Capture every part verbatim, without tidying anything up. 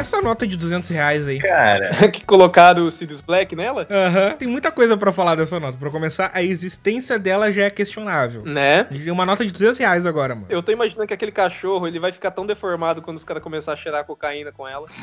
essa nota de duzentos reais aí? Cara... que colocaram o Sirius Black nela? Aham. Uhum. Tem muita coisa pra falar dessa nota. Pra começar, a existência dela já é questionável. Né? Tem uma nota de duzentos reais agora, mano. Eu tô imaginando que aquele cachorro, ele vai ficar tão deformado quando os caras começarem a cheirar cocaína com ela.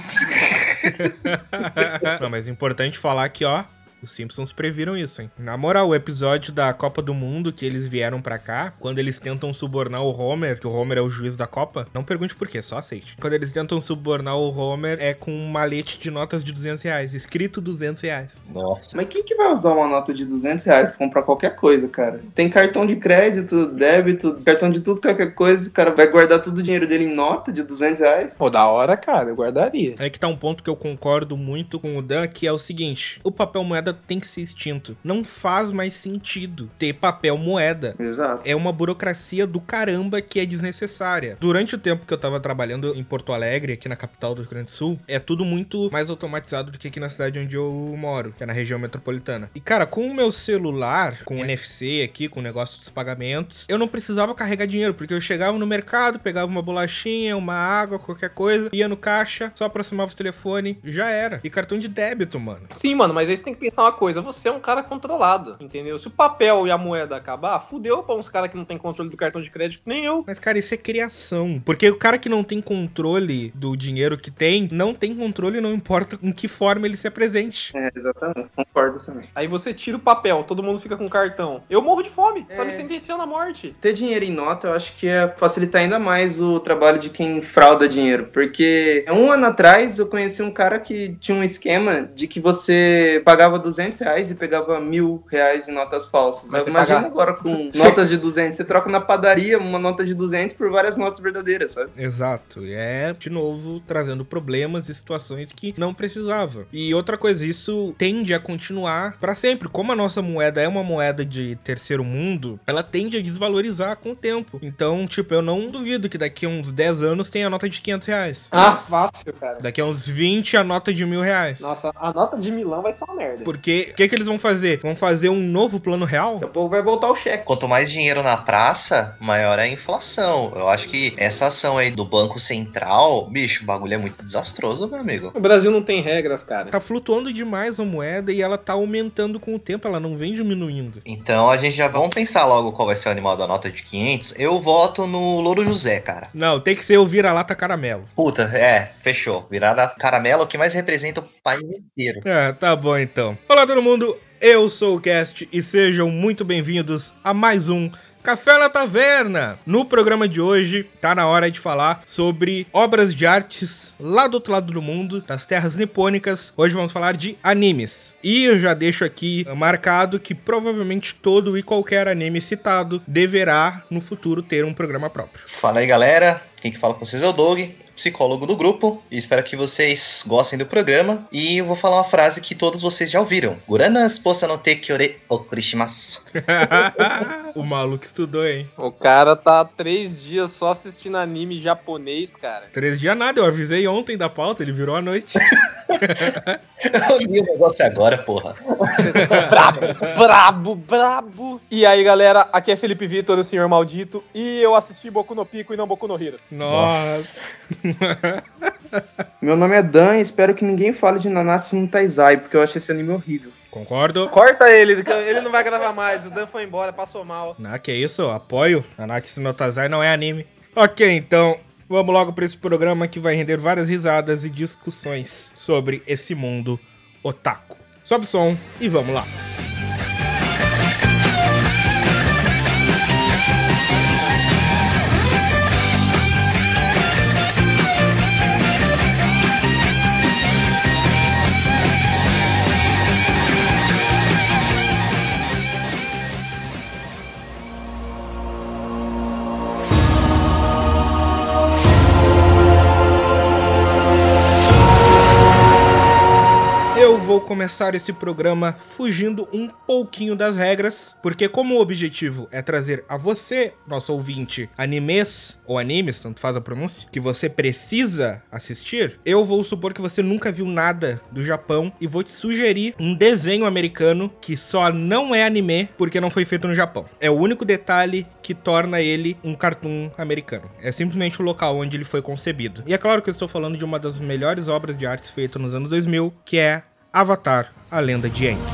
Não, mas é importante falar que, ó, os Simpsons previram isso, hein? Na moral, o episódio da Copa do Mundo que eles vieram pra cá, quando eles tentam subornar o Homer, que o Homer é o juiz da Copa, não pergunte por quê, só aceite. Quando eles tentam subornar o Homer, é com um malete de notas de duzentos reais, escrito duzentos reais. Nossa. Mas quem que vai usar uma nota de duzentos reais pra comprar qualquer coisa, cara? Tem cartão de crédito, débito, cartão de tudo, qualquer coisa, o cara vai guardar todo o dinheiro dele em nota de duzentos reais? Pô, da hora, cara, eu guardaria. É que tá um ponto que eu concordo muito com o Dan, que é o seguinte, o papel moeda tem que ser extinto. Não faz mais sentido ter papel moeda. Exato. É uma burocracia do caramba que é desnecessária. Durante o tempo que eu tava trabalhando em Porto Alegre, aqui na capital do Rio Grande do Sul, é tudo muito mais automatizado do que aqui na cidade onde eu moro, que é na região metropolitana. E cara, com o meu celular, com o N F C aqui, com o negócio dos pagamentos, eu não precisava carregar dinheiro, porque eu chegava no mercado, pegava uma bolachinha, uma água, qualquer coisa, ia no caixa, só aproximava o telefone, já era. E cartão de débito, mano. Sim, mano, mas aí você tem que pensar uma coisa, você é um cara controlado, entendeu? Se o papel e a moeda acabar, fudeu pra uns caras que não tem controle do cartão de crédito, nem eu. Mas, cara, isso é criação. Porque o cara que não tem controle do dinheiro que tem, não tem controle, não importa em que forma ele se apresente. É, exatamente. Concordo também. Aí você tira o papel, todo mundo fica com cartão. Eu morro de fome, é... tá me sentenciando à morte. Ter dinheiro em nota, eu acho que é facilitar ainda mais o trabalho de quem frauda dinheiro. Porque um ano atrás eu conheci um cara que tinha um esquema de que você pagava duzentos reais e pegava mil reais em notas falsas. Mas imagina pagar... agora com notas de duzentos. Você troca na padaria uma nota de duzentos por várias notas verdadeiras, sabe? Exato. E é, de novo, trazendo problemas e situações que não precisava. E outra coisa, isso tende a continuar pra sempre. Como a nossa moeda é uma moeda de terceiro mundo, ela tende a desvalorizar com o tempo. Então, tipo, eu não duvido que daqui a uns dez anos tenha a nota de quinhentos reais. Ah, fácil, cara. Daqui a uns vinte, a nota de mil reais. Nossa, a nota de Milão vai ser uma merda. Porque, o que que eles vão fazer? Vão fazer um novo plano real? Daqui a pouco vai voltar o cheque. Quanto mais dinheiro na praça, maior é a inflação. Eu acho que essa ação aí do Banco Central, bicho, o bagulho é muito desastroso, meu amigo. O Brasil não tem regras, cara. Tá flutuando demais a moeda e ela tá aumentando com o tempo, ela não vem diminuindo. Então a gente já vamos pensar logo qual vai ser o animal da nota de quinhentos. Eu voto no Louro José, cara. Não, tem que ser o vira-lata caramelo. Puta, é, fechou. Vira-lata caramelo é o que mais representa o país inteiro. É, tá bom então. Olá todo mundo, eu sou o Cast e sejam muito bem-vindos a mais um Café na Taverna. No programa de hoje, tá na hora de falar sobre obras de artes lá do outro lado do mundo, das terras nipônicas. Hoje vamos falar de animes. E eu já deixo aqui marcado que provavelmente todo e qualquer anime citado deverá, no futuro, ter um programa próprio. Fala aí, galera. Quem que fala com vocês é o Doug, psicólogo do grupo, e espero que vocês gostem do programa. E eu vou falar uma frase que todos vocês já ouviram. Guranas possa no te kyore okurishimasu. O maluco estudou, hein? O cara tá há três dias só assistindo anime japonês, cara. Três dias nada, eu avisei ontem da pauta, ele virou à noite. Eu li o negócio agora, porra. Brabo, brabo, brabo. E aí, galera, aqui é Felipe Vitor, o senhor maldito, e eu assisti Boku no Pico e não Boku no Hero. Nossa. Meu nome é Dan e espero que ninguém fale de Nanatsu no Taizai, porque eu acho esse anime horrível. Concordo. Corta ele, ele não vai gravar mais, o Dan foi embora, passou mal. Ah, que isso, eu apoio. Nanatsu no Taizai não é anime. Ok, então, vamos logo para esse programa que vai render várias risadas e discussões sobre esse mundo otaku. Sobe o som e vamos lá. vou vou começar esse programa fugindo um pouquinho das regras, porque como o objetivo é trazer a você, nosso ouvinte, animes ou animes, tanto faz a pronúncia, que você precisa assistir, eu vou supor que você nunca viu nada do Japão e vou te sugerir um desenho americano que só não é anime porque não foi feito no Japão. É o único detalhe que torna ele um cartoon americano. É simplesmente o local onde ele foi concebido. E é claro que eu estou falando de uma das melhores obras de arte feitas nos anos dois mil, que é Avatar, a Lenda de Aang.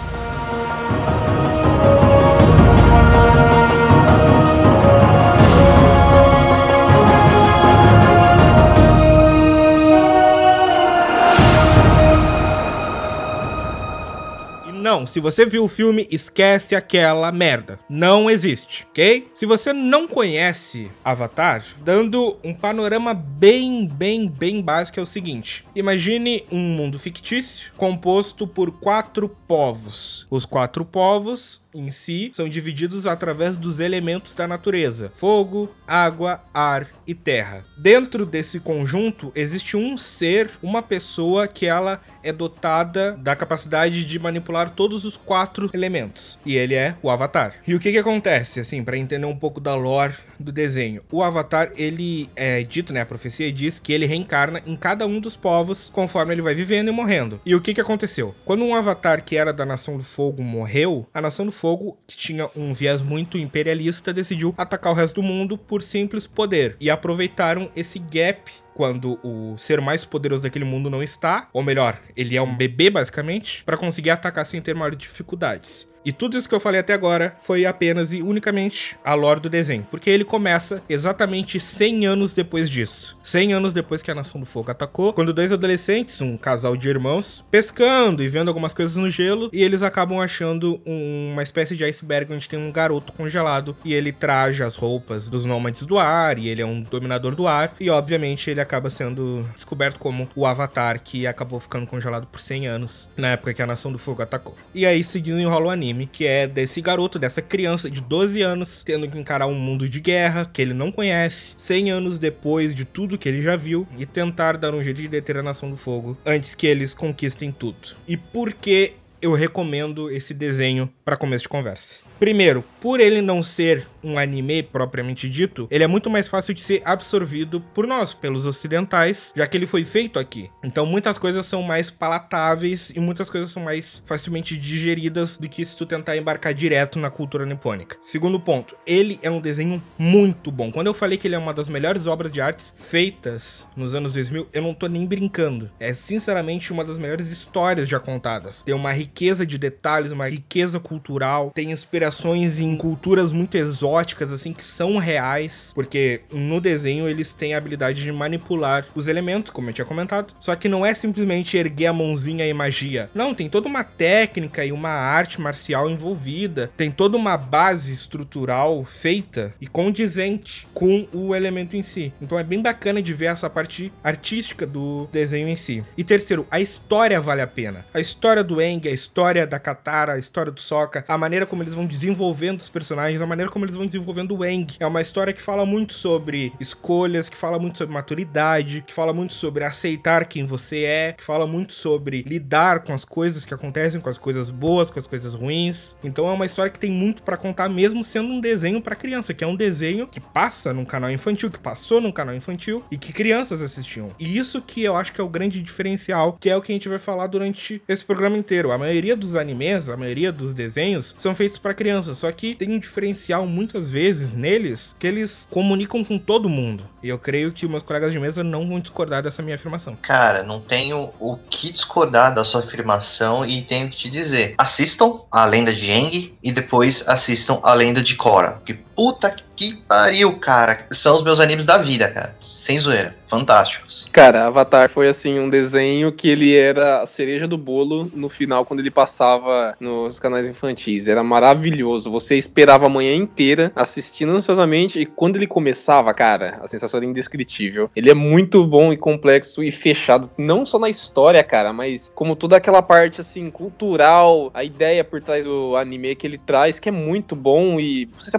Não, se você viu o filme, esquece aquela merda. Não existe, ok? Se você não conhece Avatar, dando um panorama bem, bem, bem básico é o seguinte. Imagine um mundo fictício composto por quatro povos. Os quatro povos em si são divididos através dos elementos da natureza: fogo, água, ar e terra. Dentro desse conjunto existe um ser, uma pessoa que ela é dotada da capacidade de manipular todos os quatro elementos. E ele é o Avatar. E o que que acontece, assim, pra entender um pouco da lore do desenho? O Avatar, ele é dito, né, a profecia diz que ele reencarna em cada um dos povos conforme ele vai vivendo e morrendo. E o que que aconteceu? Quando um Avatar que era da Nação do Fogo morreu, a Nação do Fogo, que tinha um viés muito imperialista, decidiu atacar o resto do mundo por simples poder. E aproveitaram esse gap quando o ser mais poderoso daquele mundo não está, ou melhor, ele é um bebê basicamente, para conseguir atacar sem ter maiores dificuldades. E tudo isso que eu falei até agora foi apenas e unicamente a lore do desenho, porque ele começa exatamente cem anos depois disso. cem anos depois que a Nação do Fogo atacou, quando dois adolescentes, um casal de irmãos, pescando e vendo algumas coisas no gelo, e eles acabam achando um, uma espécie de iceberg onde tem um garoto congelado, e ele traja as roupas dos nômades do ar, e ele é um dominador do ar, e obviamente ele acaba sendo descoberto como o Avatar, que acabou ficando congelado por cem anos, na época que a Nação do Fogo atacou. E aí, seguindo enrola o anime, que é desse garoto, dessa criança de doze anos, tendo que encarar um mundo de guerra que ele não conhece, cem anos depois de tudo que ele já viu, e tentar dar um jeito de deter a Nação do Fogo antes que eles conquistem tudo. E por que eu recomendo esse desenho para começo de conversa? Primeiro, por ele não ser um anime propriamente dito, ele é muito mais fácil de ser absorvido por nós, pelos ocidentais, já que ele foi feito aqui. Então muitas coisas são mais palatáveis e muitas coisas são mais facilmente digeridas do que se tu tentar embarcar direto na cultura nipônica. Segundo ponto, ele é um desenho muito bom. Quando eu falei que ele é uma das melhores obras de artes feitas nos anos dois mil, eu não tô nem brincando. É sinceramente uma das melhores histórias já contadas. Tem uma riqueza de detalhes, uma riqueza cultural, tem inspiração em culturas muito exóticas, assim, que são reais, porque no desenho eles têm a habilidade de manipular os elementos, como eu tinha comentado, só que não é simplesmente erguer a mãozinha e magia. Não, tem toda uma técnica e uma arte marcial envolvida, tem toda uma base estrutural feita e condizente com o elemento em si. Então é bem bacana de ver essa parte artística do desenho em si. E terceiro, a história vale a pena. A história do Aang, a história da Katara, a história do Sokka, a maneira como eles vão desenvolvendo os personagens, a maneira como eles vão desenvolvendo o Aang. É uma história que fala muito sobre escolhas, que fala muito sobre maturidade, que fala muito sobre aceitar quem você é, que fala muito sobre lidar com as coisas que acontecem, com as coisas boas, com as coisas ruins. Então é uma história que tem muito pra contar, mesmo sendo um desenho pra criança, que é um desenho que passa num canal infantil, que passou num canal infantil e que crianças assistiam. E isso que eu acho que é o grande diferencial, que é o que a gente vai falar durante esse programa inteiro. A maioria dos animes, a maioria dos desenhos são feitos pra criança, só que tem um diferencial muitas vezes neles que eles comunicam com todo mundo. E eu creio que meus colegas de mesa não vão discordar dessa minha afirmação. Cara, não tenho o que discordar da sua afirmação e tenho que te dizer. Assistam A Lenda de Aang e depois assistam A Lenda de Korra. Que puta que pariu, cara. São os meus animes da vida, cara. Sem zoeira. Fantásticos. Cara, Avatar foi assim um desenho que ele era a cereja do bolo no final quando ele passava nos canais infantis. Era maravilhoso. Você esperava a manhã inteira assistindo ansiosamente e quando ele começava, cara, a sensação era indescritível. Ele é muito bom e complexo e fechado, não só na história, cara, mas como toda aquela parte assim cultural, a ideia por trás do anime que ele traz, que é muito bom e você se aprofunda,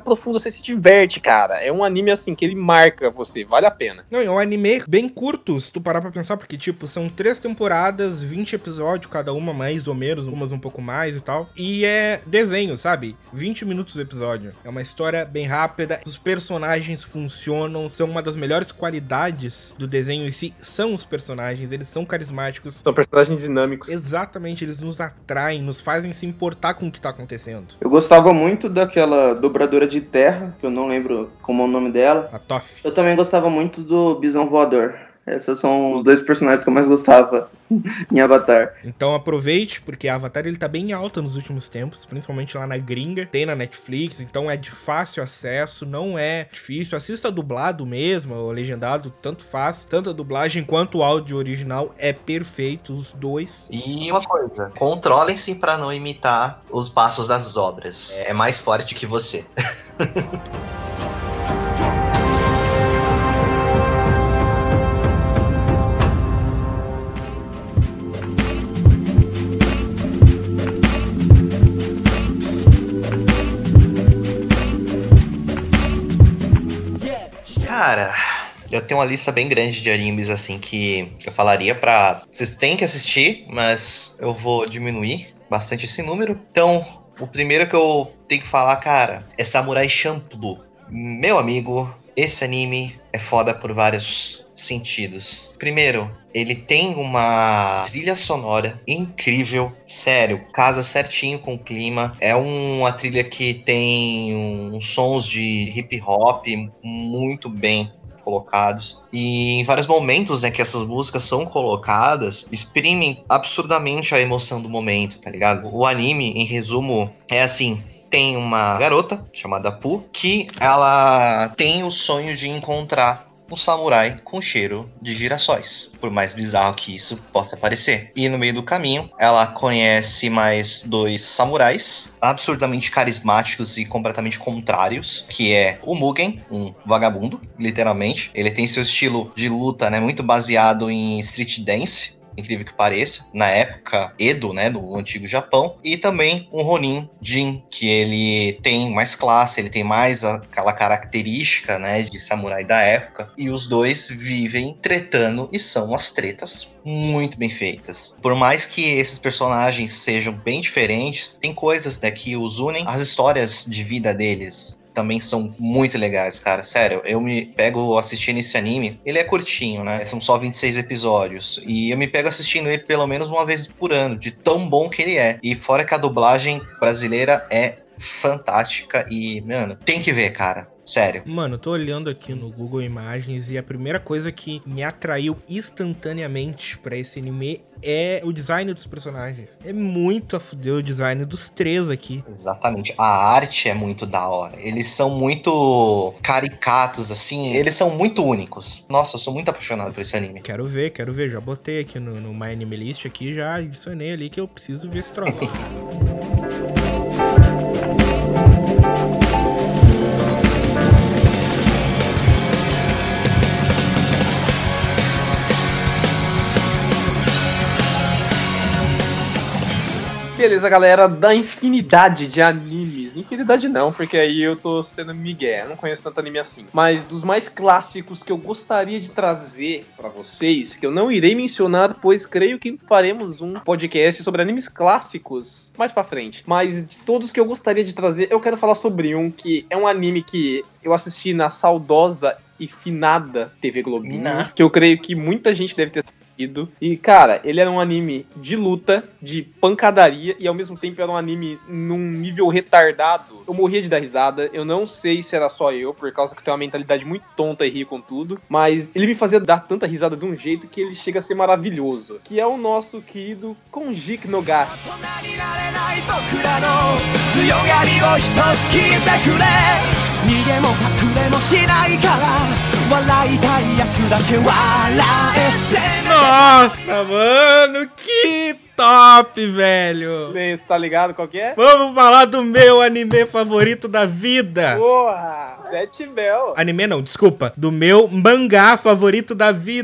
você se diverte, cara. É um anime, assim, que ele marca você. Vale a pena. Não, é um anime bem curto, se tu parar pra pensar, porque, tipo, são três temporadas, vinte episódios, cada uma mais ou menos, umas um pouco mais e tal. E é desenho, sabe? vinte minutos o episódio. É uma história bem rápida, os personagens funcionam, são uma das melhores qualidades do desenho em si, são os personagens, eles são carismáticos. São personagens dinâmicos. Exatamente, eles nos atraem, nos fazem se importar com o que tá acontecendo. Eu gostava muito daquela dobradora de terra, que eu não lembro como é o nome dela. A Toph. Eu também gostava muito do Bisão Voador. Esses são os dois personagens que eu mais gostava em Avatar. Então aproveite, porque Avatar ele tá bem alta nos últimos tempos, principalmente lá na gringa. Tem na Netflix, então é de fácil acesso, não é difícil. Assista dublado mesmo, ou legendado, tanto faz. Tanto a dublagem quanto o áudio original é perfeito, os dois. E uma coisa, controlem-se pra não imitar os passos das obras. É mais forte que você. Cara, eu tenho uma lista bem grande de animes, assim, que eu falaria pra... Vocês têm que assistir, mas eu vou diminuir bastante esse número. Então, o primeiro que eu tenho que falar, cara, é Samurai Champloo. Meu amigo, esse anime é foda por vários sentidos. Primeiro, ele tem uma trilha sonora incrível, sério, casa certinho com o clima. É uma trilha que tem uns sons de hip hop muito bem colocados. E em vários momentos, né, que essas músicas são colocadas, exprimem absurdamente a emoção do momento, tá ligado? O anime, em resumo, é assim... Tem uma garota chamada Pu que ela tem o sonho de encontrar um samurai com cheiro de girassóis, por mais bizarro que isso possa parecer. E no meio do caminho, ela conhece mais dois samurais absurdamente carismáticos e completamente contrários, que é o Mugen, um vagabundo, literalmente. Ele tem seu estilo de luta, né, muito baseado em street dance, incrível que pareça, na época Edo, né, do antigo Japão, e também um Ronin Jin, que ele tem mais classe, ele tem mais aquela característica, né, de samurai da época, e os dois vivem tretando, e são umas tretas muito bem feitas. Por mais que esses personagens sejam bem diferentes, tem coisas, né, que os unem, as histórias de vida deles também são muito legais, cara. Sério, eu me pego assistindo esse anime. Ele é curtinho, né? São só vinte e seis episódios. E eu me pego assistindo ele pelo menos uma vez por ano, de tão bom que ele é. E fora que a dublagem brasileira é fantástica e, mano, tem que ver, cara. Sério. Mano, eu tô olhando aqui no Google Imagens e a primeira coisa que me atraiu instantaneamente pra esse anime é o design dos personagens. É muito a fuder o design dos três aqui. Exatamente. A arte é muito da hora. Eles são muito caricatos, assim. Eles são muito únicos. Nossa, eu sou muito apaixonado por esse anime. Quero ver, quero ver. Já botei aqui no, no My Anime List aqui, já adicionei ali que eu preciso ver esse troço. Beleza, galera, da infinidade de animes. Infinidade não, porque aí eu tô sendo migué, eu não conheço tanto anime assim. Mas dos mais clássicos que eu gostaria de trazer pra vocês, que eu não irei mencionar, pois creio que faremos um podcast sobre animes clássicos mais pra frente. Mas de todos que eu gostaria de trazer, eu quero falar sobre um que é um anime que eu assisti na saudosa e finada T V Globinho, Nossa. que eu creio que muita gente deve ter assistido. E, cara, ele era um anime de luta, de pancadaria, e ao mesmo tempo era um anime num nível retardado. Eu morria de dar risada, eu não sei se era só eu, por causa que eu tenho uma mentalidade muito tonta e rir com tudo, mas ele me fazia dar tanta risada de um jeito que ele chega a ser maravilhoso, que é o nosso querido Konjiki no Ga. Nossa, mano, que top, velho! Bem, você tá ligado qual que é? Vamos falar do meu anime favorito da vida! Porra! Sete Bell! Anime não, desculpa. Do meu mangá favorito da vida.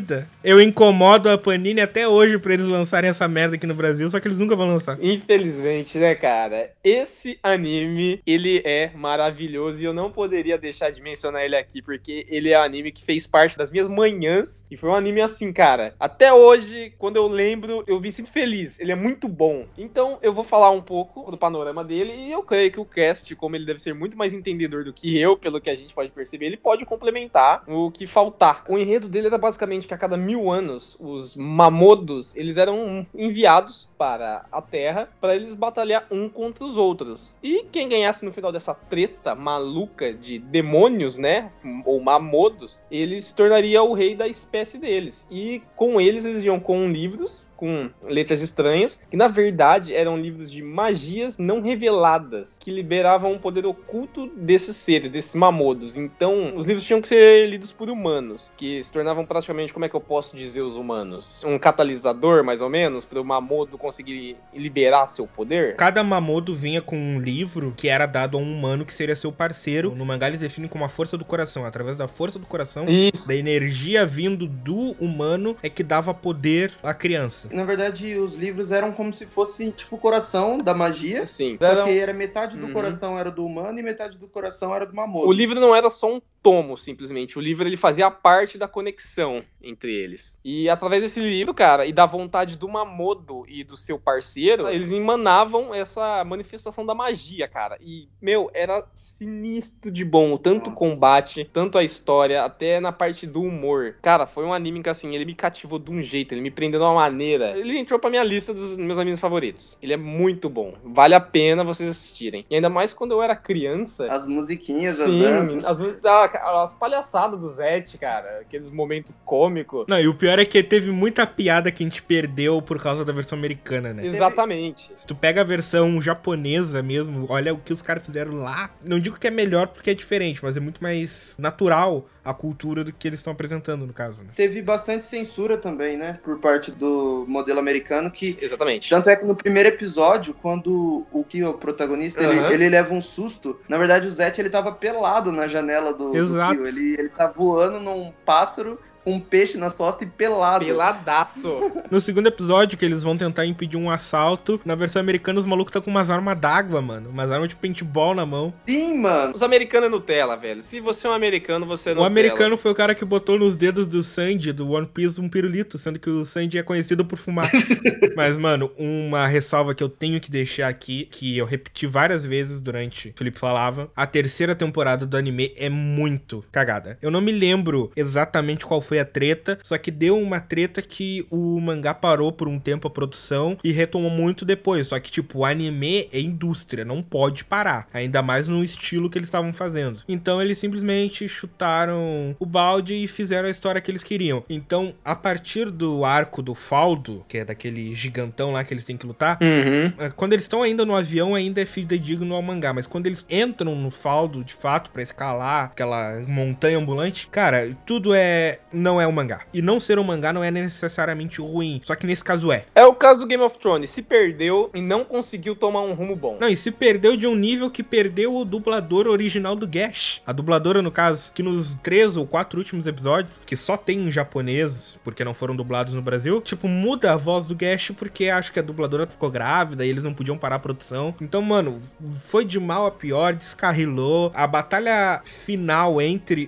Eu incomodo a Panini até hoje pra eles lançarem essa merda aqui no Brasil, só que eles nunca vão lançar. Infelizmente, né, cara? Esse anime, ele é maravilhoso e eu não poderia deixar de mencionar ele aqui, porque ele é um anime que fez parte das minhas manhãs e foi um anime assim, cara. Até hoje, quando eu lembro, eu me sinto feliz. Ele é muito bom. Então, eu vou falar um pouco do panorama dele e eu creio que o cast, como ele deve ser muito mais entendedor do que eu, pelo que a gente pode perceber, ele pode complementar o que faltar. O enredo dele era basicamente que a cada mil anos, os mamodos, eles eram enviados para a Terra para eles batalhar um contra os outros. E quem ganhasse no final dessa treta maluca de demônios, né, ou mamodos, ele se tornaria o rei da espécie deles. E com eles, eles iam com livros, com letras estranhas, que na verdade eram livros de magias não reveladas, que liberavam um poder oculto desses seres, desses mamodos. Então, os livros tinham que ser lidos por humanos, que se tornavam praticamente, como é que eu posso dizer os humanos? Um catalisador, mais ou menos, para o mamodo conseguir liberar seu poder? Cada mamodo vinha com um livro que era dado a um humano que seria seu parceiro. No mangá eles definem como a força do coração. Através da força do coração, Isso. da energia vindo do humano, é que dava poder à criança. Na verdade, os livros eram como se fosse, tipo, o coração da magia. Sim. Só Eram- que era metade do Uhum. coração era do humano e metade do coração era do mamodo. O livro não era só um tomo, simplesmente. O livro, ele fazia parte da conexão entre eles. E através desse livro, cara, e da vontade do Mamodo e do seu parceiro, eles emanavam essa manifestação da magia, cara. E, meu, era sinistro de bom. Tanto o combate, tanto a história, até na parte do humor. Cara, foi um anime que, assim, ele me cativou de um jeito, ele me prendeu de uma maneira. Ele entrou pra minha lista dos meus animes favoritos. Ele é muito bom. Vale a pena vocês assistirem. E ainda mais quando eu era criança. As musiquinhas, Sim, as danças. as, ah, as palhaçadas do Zete, cara. Aqueles momentos cômicos. Não, e o pior é que teve muita piada que a gente perdeu por causa da versão americana, né? Exatamente. Se tu pega a versão japonesa mesmo, olha o que os caras fizeram lá. Não digo que é melhor porque é diferente, mas é muito mais natural a cultura do que eles estão apresentando, no caso, né? Teve bastante censura também, né? Por parte do modelo americano, que... Exatamente. Tanto é que no primeiro episódio, quando o Kyo, o protagonista, Uhum. ele, ele leva um susto. Na verdade, o Zete, ele tava pelado na janela do, do Exato. Kyo. Ele, ele tá voando num pássaro com um peixe nas costas e pelado. Peladaço. No segundo episódio, que eles vão tentar impedir um assalto, na versão americana os malucos tá com umas armas d'água, mano. Umas armas de paintball na mão. Sim, mano. Os americanos é Nutella, velho. Se você é um americano, você é O Nutella. americano foi o cara que botou nos dedos do Sanji, do One Piece, um pirulito, sendo que o Sanji é conhecido por fumar. Mas, mano, uma ressalva que eu tenho que deixar aqui, que eu repeti várias vezes durante o Felipe falava, a terceira temporada do anime é muito cagada. Eu não me lembro exatamente qual foi a treta, só que deu uma treta que o mangá parou por um tempo a produção e retomou muito depois. Só que, tipo, o anime é indústria, não pode parar. Ainda mais no estilo que eles estavam fazendo. Então, eles simplesmente chutaram o balde e fizeram a história que eles queriam. Então, a partir do arco do Faldo, que é daquele gigantão lá que eles têm que lutar, Uhum. é, quando eles estão ainda no avião, ainda é fidedigno ao mangá. Mas quando eles entram no Faldo, de fato, pra escalar aquela montanha ambulante, cara, tudo é... não é um mangá. E não ser um mangá não é necessariamente ruim. Só que nesse caso é. É o caso do Game of Thrones. Se perdeu e não conseguiu tomar um rumo bom. Não, e se perdeu de um nível que perdeu o dublador original do Gash. A dubladora, no caso, que nos três ou quatro últimos episódios, que só tem em japonês, porque não foram dublados no Brasil, tipo, muda a voz do Gash porque acho que a dubladora ficou grávida e eles não podiam parar a produção. Então, mano, foi de mal a pior, descarrilou. A batalha final entre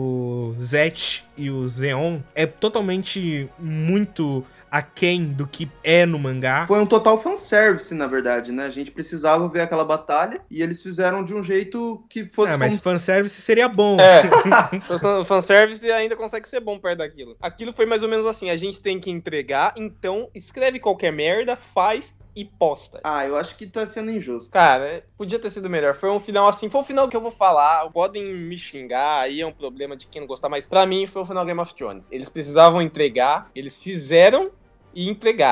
o Zet e o Zeon é totalmente muito aquém do que é no mangá. Foi um total fanservice, na verdade, né? A gente precisava ver aquela batalha e eles fizeram de um jeito que fosse... É, mas como- fanservice seria bom. É, o fanservice ainda consegue ser bom perto daquilo. Aquilo foi mais ou menos assim, a gente tem que entregar, então escreve qualquer merda, faz e posta. Ah, eu acho que tá sendo injusto. Cara, podia ter sido melhor. Foi um final assim, foi o final que eu vou falar. Podem me xingar, aí é um problema de quem não gostar, mas pra mim foi o final Game of Thrones. Eles precisavam entregar, eles fizeram e entregaram.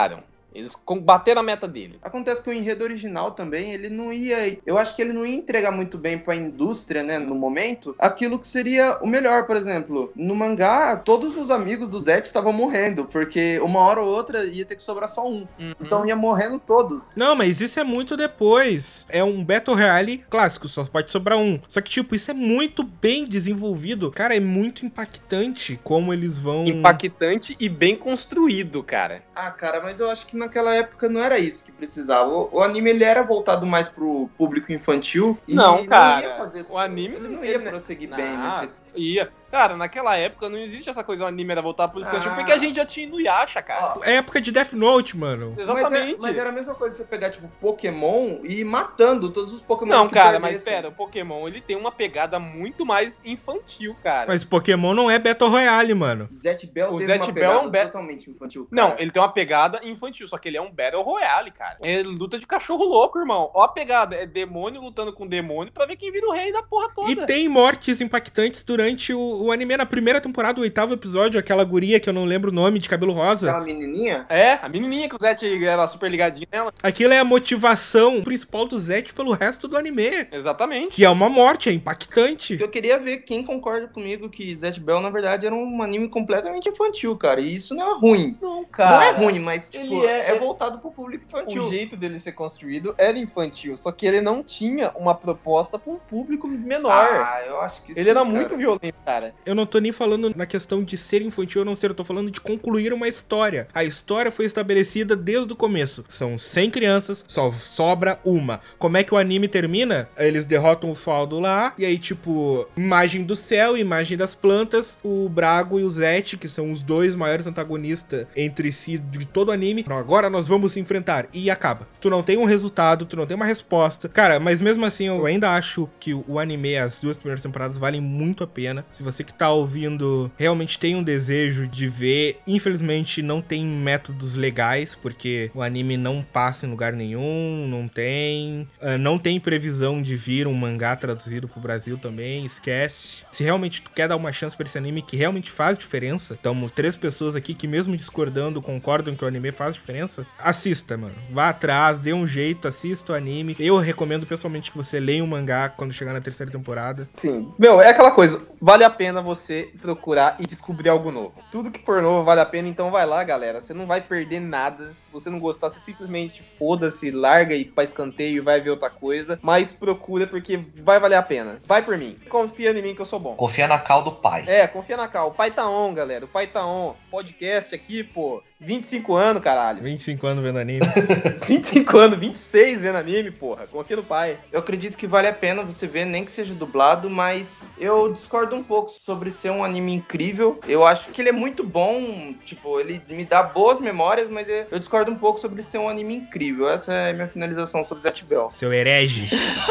Eles bateram a meta dele. Acontece que o enredo original também, ele não ia... Eu acho que ele não ia entregar muito bem pra indústria, né, no momento, aquilo que seria o melhor, por exemplo. No mangá, todos os amigos do Zet estavam morrendo, porque uma hora ou outra ia ter que sobrar só um. Uhum. Então ia morrendo todos. Não, mas isso é muito depois. É um Battle Royale clássico, só pode sobrar um. Só que, tipo, isso é muito bem desenvolvido. Cara, é muito impactante como eles vão... Impactante e bem construído, cara. Ah, cara, mas eu acho que naquela época não era isso que precisava. O, o anime, ele era voltado mais pro público infantil. E não, cara. Não ia fazer... O anime... Ele não ia ele... prosseguir não, bem nesse... Ia. Cara, naquela época não existe essa coisa, o anime era voltar pro infantil, ah. porque a gente já tinha Inuyasha, cara. É época de Death Note, mano. Exatamente. Mas, é, mas era a mesma coisa você pegar, tipo, Pokémon e ir matando todos os Pokémon. Não, que cara, perdessem. mas pera, o Pokémon, ele tem uma pegada muito mais infantil, cara. Mas Pokémon não é Battle Royale, mano. Zet Bell o teve Zet uma Bell pegada é um ba... totalmente infantil. Cara. Não, ele tem uma pegada infantil, só que ele é um Battle Royale, cara. É luta de cachorro louco, irmão. Ó a pegada, é demônio lutando com demônio pra ver quem vira o rei da porra toda. E tem mortes impactantes durante o, o anime. Na primeira temporada, o oitavo episódio, aquela guria que eu não lembro o nome, de cabelo rosa. Aquela menininha? É, a menininha que o Zet era super ligadinho nela. Aquilo é a motivação principal do Zet pelo resto do anime. Exatamente. Que é uma morte, é impactante. Eu queria ver quem concorda comigo que Zet Bell, na verdade, era um anime completamente infantil, cara. E isso não é ruim. Não, cara. Não é ruim, mas, tipo, ele é, é voltado pro público infantil. O jeito dele ser construído era infantil, só que ele não tinha uma proposta pra um público menor. Ah, eu acho que Ele sim, era cara. muito violento, cara. Eu não tô nem falando na questão de ser infantil ou não ser, eu tô falando de concluir uma história. A história foi estabelecida desde o começo. São cem crianças, só sobra uma. Como é que o anime termina? Eles derrotam o Faldo lá, e aí, tipo, imagem do céu, imagem das plantas, o Brago e o Zet, que são os dois maiores antagonistas entre si de todo o anime. Então, agora nós vamos se enfrentar. E acaba. Tu não tem um resultado, tu não tem uma resposta. Cara, mas mesmo assim, eu ainda acho que o anime, as duas primeiras temporadas, valem muito a pena. Se você que tá ouvindo realmente tem um desejo de ver, infelizmente não tem métodos legais, porque o anime não passa em lugar nenhum, não tem, uh, não tem previsão de vir um mangá traduzido pro Brasil também, esquece. Se realmente tu quer dar uma chance pra esse anime que realmente faz diferença, estamos três pessoas aqui que mesmo discordando concordam que o anime faz diferença, assista, mano. Vá atrás, dê um jeito, assista o anime. Eu recomendo pessoalmente que você leia o mangá quando chegar na terceira temporada. Sim. Meu, é aquela coisa, vale a pena você procurar e descobrir algo novo. Tudo que for novo vale a pena, então vai lá, galera. Você não vai perder nada. Se você não gostar, você simplesmente foda-se, larga e pra escanteio e vai ver outra coisa. Mas procura, porque vai valer a pena. Vai por mim. Confia em mim que eu sou bom. Confia na cal do pai. É, confia na cal. O pai tá on, galera. O pai tá on. Podcast aqui, pô. vinte e cinco anos, caralho. vinte e cinco anos vendo anime. vinte e cinco anos, vinte e seis vendo anime, porra. Confia no pai. Eu acredito que vale a pena você ver, nem que seja dublado, mas eu discordo um pouco sobre ser um anime incrível. Eu acho que ele é muito bom, tipo, ele me dá boas memórias, mas eu discordo um pouco sobre ser um anime incrível. Essa é a minha finalização sobre Zet Bell. Seu herege.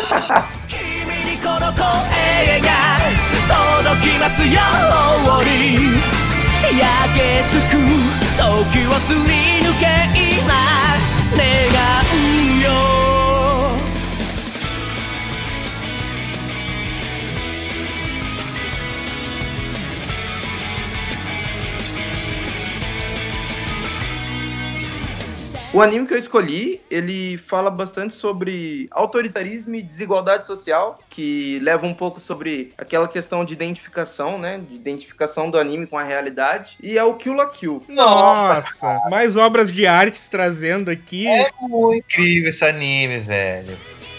O anime que eu escolhi, ele fala bastante sobre autoritarismo e desigualdade social, que leva um pouco sobre aquela questão de identificação, né? De identificação do anime com a realidade. E é o Kill la Kill. Nossa! Mais obras de artes trazendo aqui. É muito incrível esse anime, velho.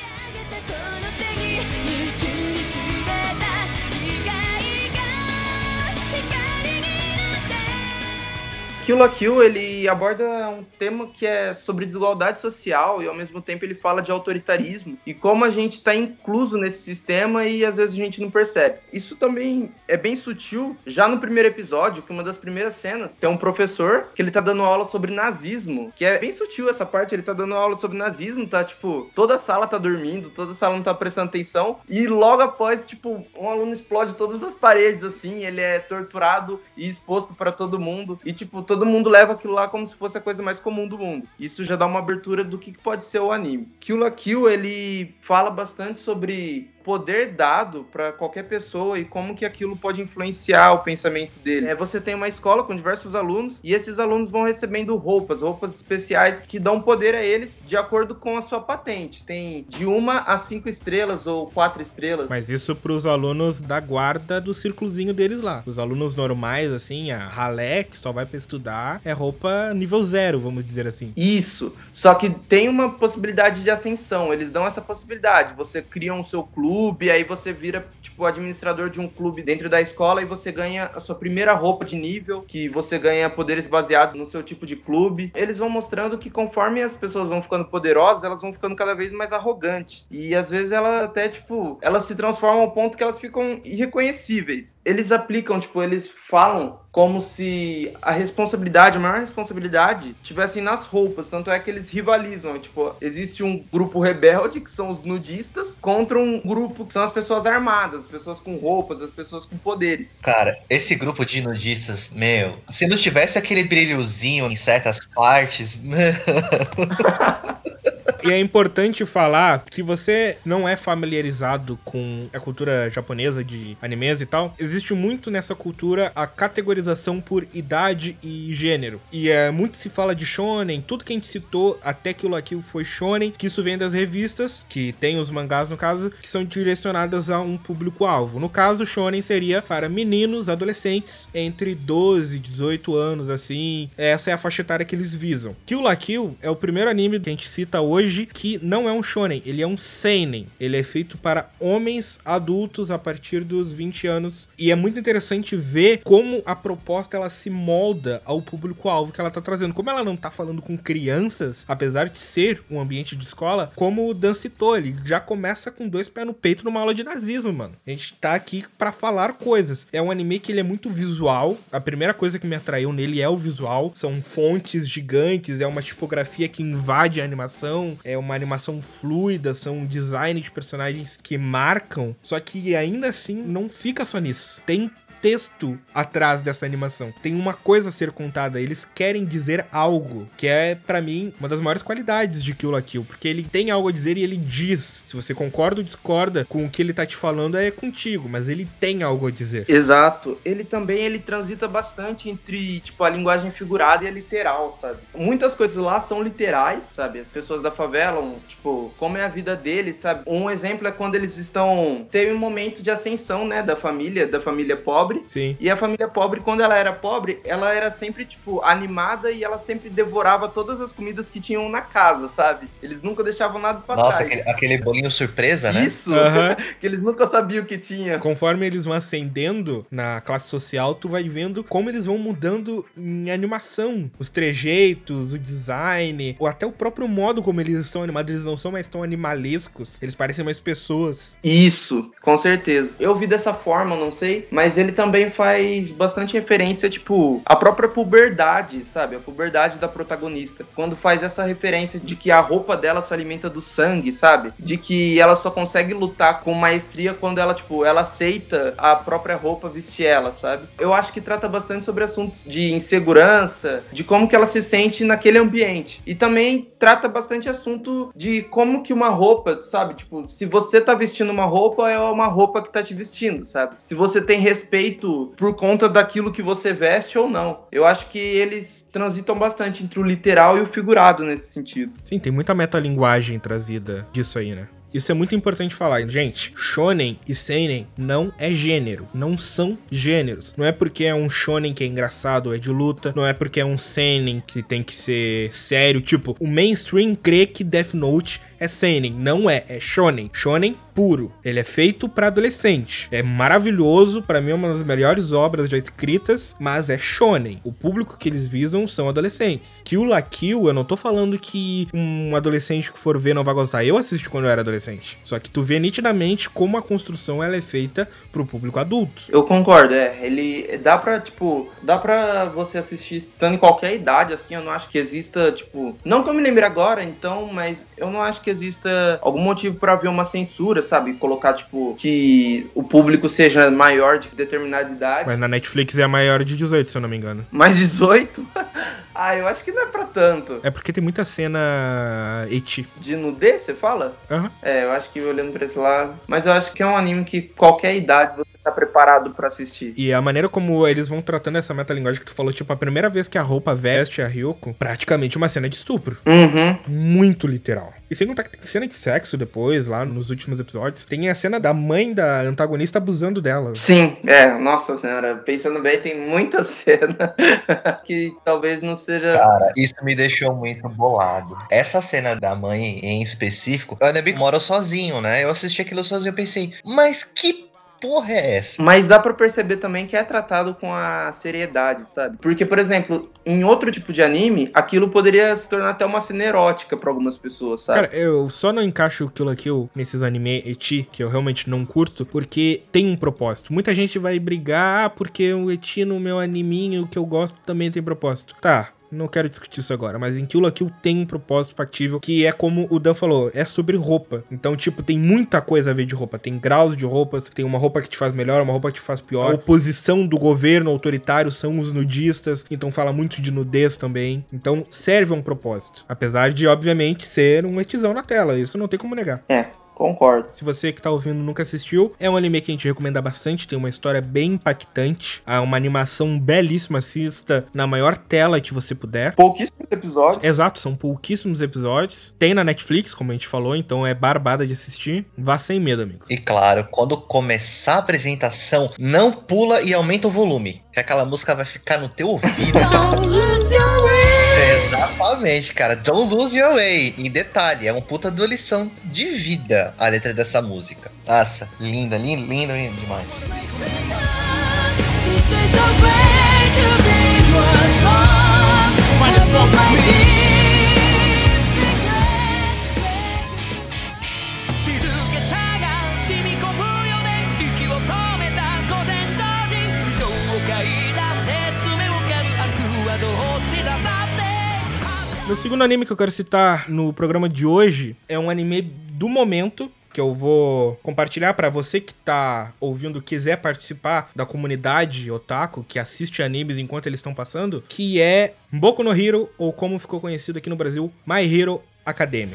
Kill la Kill, ele aborda um tema que é sobre desigualdade social e ao mesmo tempo ele fala de autoritarismo e como a gente está incluso nesse sistema e às vezes a gente não percebe. Isso também é bem sutil. Já no primeiro episódio, que uma das primeiras cenas, tem um professor que ele tá dando aula sobre nazismo, que é bem sutil essa parte, ele tá dando aula sobre nazismo, tá tipo, toda a sala tá dormindo, toda a sala não tá prestando atenção e logo após, tipo, um aluno explode todas as paredes assim, ele é torturado e exposto para todo mundo e tipo, todo mundo leva aquilo lá como se fosse a coisa mais comum do mundo. Isso já dá uma abertura do que pode ser o anime. Kill la Kill, ele fala bastante sobre poder dado pra qualquer pessoa e como que aquilo pode influenciar o pensamento dele. É, você tem uma escola com diversos alunos e esses alunos vão recebendo roupas, roupas especiais que dão poder a eles de acordo com a sua patente. Tem de uma a cinco estrelas ou quatro estrelas. Mas isso pros alunos da guarda do círculozinho deles lá. Os alunos normais, assim, a ralé, que só vai pra estudar, é roupa nível zero, vamos dizer assim. Isso. Só que tem uma possibilidade de ascensão. Eles dão essa possibilidade. Você cria um seu clube, aí você vira, tipo, administrador de um clube dentro da escola e você ganha a sua primeira roupa de nível, que você ganha poderes baseados no seu tipo de clube. Eles vão mostrando que conforme as pessoas vão ficando poderosas, elas vão ficando cada vez mais arrogantes. E às vezes elas até, tipo, elas se transformam ao ponto que elas ficam irreconhecíveis. Eles aplicam, tipo, eles falam como se a responsabilidade, a maior responsabilidade, tivessem nas roupas. Tanto é que eles rivalizam. Tipo, existe um grupo rebelde, que são os nudistas, contra um grupo que são as pessoas armadas, as pessoas com roupas, as pessoas com poderes. Cara, esse grupo de nudistas, meu, se não tivesse aquele brilhozinho em certas partes... E é importante falar, se você não é familiarizado com a cultura japonesa de animes e tal, existe muito nessa cultura a categorização por idade e gênero. E é, muito se fala de shonen, tudo que a gente citou até que o Kill foi shonen, que isso vem das revistas, que tem os mangás no caso, que são direcionadas a um público-alvo. No caso, shonen seria para meninos, adolescentes, entre doze e dezoito anos, assim. Essa é a faixa etária que eles visam. Kill la Kill é o primeiro anime que a gente cita hoje que não é um shonen, ele é um seinen. Ele é feito para homens adultos a partir dos vinte anos. E é muito interessante ver como a proposta ela se molda ao público-alvo que ela tá trazendo. Como ela não tá falando com crianças, apesar de ser um ambiente de escola, como o Dan citou, ele já começa com dois pés no peito numa aula de nazismo, mano. A gente tá aqui pra falar coisas. É um anime que ele é muito visual. A primeira coisa que me atraiu nele é o visual. São fontes gigantes, é uma tipografia que invade a animação. É uma animação fluida, são um design de personagens que marcam, só que ainda assim não fica só nisso. Tem texto atrás dessa animação. Tem uma coisa a ser contada. Eles querem dizer algo, que é, pra mim, uma das maiores qualidades de Kill la Kill, porque ele tem algo a dizer e ele diz. Se você concorda ou discorda com o que ele tá te falando, é contigo, mas ele tem algo a dizer. Exato. Ele também, ele transita bastante entre, tipo, a linguagem figurada e a literal, sabe? Muitas coisas lá são literais, sabe? As pessoas da favela, tipo, como é a vida deles, sabe? Um exemplo é quando eles estão... Teve um momento de ascensão, né, da família, da família pobre. Sim. E a família pobre, quando ela era pobre, ela era sempre, tipo, animada e ela sempre devorava todas as comidas que tinham na casa, sabe? Eles nunca deixavam nada pra Nossa, trás. aquele, aquele bolinho surpresa, né? Isso! Uhum. Que eles nunca sabiam o que tinha. Conforme eles vão ascendendo na classe social, tu vai vendo como eles vão mudando em animação. Os trejeitos, o design, ou até o próprio modo como eles são animados. Eles não são mais tão animalescos. Eles parecem mais pessoas. Isso, com certeza. Eu vi dessa forma, não sei, mas ele também faz bastante referência, tipo, à própria puberdade, sabe? A puberdade da protagonista. Quando faz essa referência de que a roupa dela se alimenta do sangue, sabe? De que ela só consegue lutar com maestria quando ela, tipo, ela aceita a própria roupa vestir ela, sabe? Eu acho que trata bastante sobre assuntos de insegurança, de como que ela se sente naquele ambiente. E também trata bastante assunto de como que uma roupa, sabe? Tipo, se você tá vestindo uma roupa, é uma roupa que tá te vestindo, sabe? Se você tem respeito por conta daquilo que você veste ou não. Eu acho que eles transitam bastante entre o literal e o figurado nesse sentido. Sim, tem muita metalinguagem trazida disso aí, né? Isso é muito importante falar. Gente, shonen e seinen não é gênero. Não são gêneros. Não é porque é um shonen que é engraçado ou é de luta. Não é porque é um seinen que tem que ser sério. Tipo, o mainstream crê que Death Note é seinen. Não é. É shonen. Shonen puro. Ele é feito pra adolescente. É maravilhoso. Pra mim é uma das melhores obras já escritas. Mas é shonen. O público que eles visam são adolescentes. Kill la Kill, eu não tô falando que um adolescente que for ver não vai gostar. Eu assisti quando eu era adolescente. Só que tu vê nitidamente como a construção ela é feita pro público adulto. Eu concordo, é. Ele dá pra, tipo, dá pra você assistir estando em qualquer idade, assim. Eu não acho que exista, tipo, não que eu me lembre agora, então, mas eu não acho que exista algum motivo pra haver uma censura, sabe? Colocar, tipo, que o público seja maior de determinada idade. Mas na Netflix é a maior de dezoito, se eu não me engano. Mais dezoito? Ah, eu acho que não é pra tanto. É porque tem muita cena ecchi. De nudez, você fala? Aham. Uhum. É, eu acho que olhando pra esse lado... Mas eu acho que é um anime que qualquer idade você tá preparado pra assistir. E a maneira como eles vão tratando essa metalinguagem que tu falou, tipo, a primeira vez que a roupa veste a Ryuko, praticamente uma cena de estupro. Uhum. Muito literal. E sem contar que tem cena de sexo depois, lá nos últimos episódios. Tem a cena da mãe da antagonista abusando dela. Sim, é, nossa senhora, pensando bem, tem muita cena que talvez não seja... Cara, isso me deixou muito bolado. Essa cena da mãe em específico, a Nebi mora sozinho, né? Eu assisti aquilo sozinho e pensei, mas que porra é essa? Mas dá pra perceber também que é tratado com a seriedade, sabe? Porque, por exemplo, em outro tipo de anime, aquilo poderia se tornar até uma cena erótica pra algumas pessoas, sabe? Cara, eu só não encaixo o Kill la Kill nesses anime ecchi, que eu realmente não curto, porque tem um propósito. Muita gente vai brigar, ah, porque o ecchi no meu animinho que eu gosto também tem propósito. Tá. Não quero discutir isso agora, mas em Kill la Kill tem um propósito factível, que é como o Dan falou, é sobre roupa. Então, tipo, tem muita coisa a ver de roupa. Tem graus de roupas, tem uma roupa que te faz melhor, uma roupa que te faz pior. A oposição do governo autoritário são os nudistas, então fala muito de nudez também. Então, serve a um propósito. Apesar de, obviamente, ser um etizão na tela, isso não tem como negar. É. Concordo. Se você que tá ouvindo nunca assistiu, é um anime que a gente recomenda bastante, tem uma história bem impactante, uma animação belíssima, assista na maior tela que você puder. Pouquíssimos episódios. Exato, são pouquíssimos episódios. Tem na Netflix, como a gente falou, então é barbada de assistir. Vá sem medo, amigo. E claro, quando começar a apresentação, não pula e aumenta o volume, que aquela música vai ficar no teu ouvido. Don't lose your way. Exatamente, cara. Don't lose your way. E detalhe, é uma puta de lição de vida a letra dessa música. Nossa, linda, linda, linda, linda demais. O segundo anime que eu quero citar no programa de hoje é um anime do momento, que eu vou compartilhar pra você que tá ouvindo, quiser participar da comunidade otaku, que assiste animes enquanto eles estão passando, que é Boku no Hero, ou como ficou conhecido aqui no Brasil, My Hero Academia.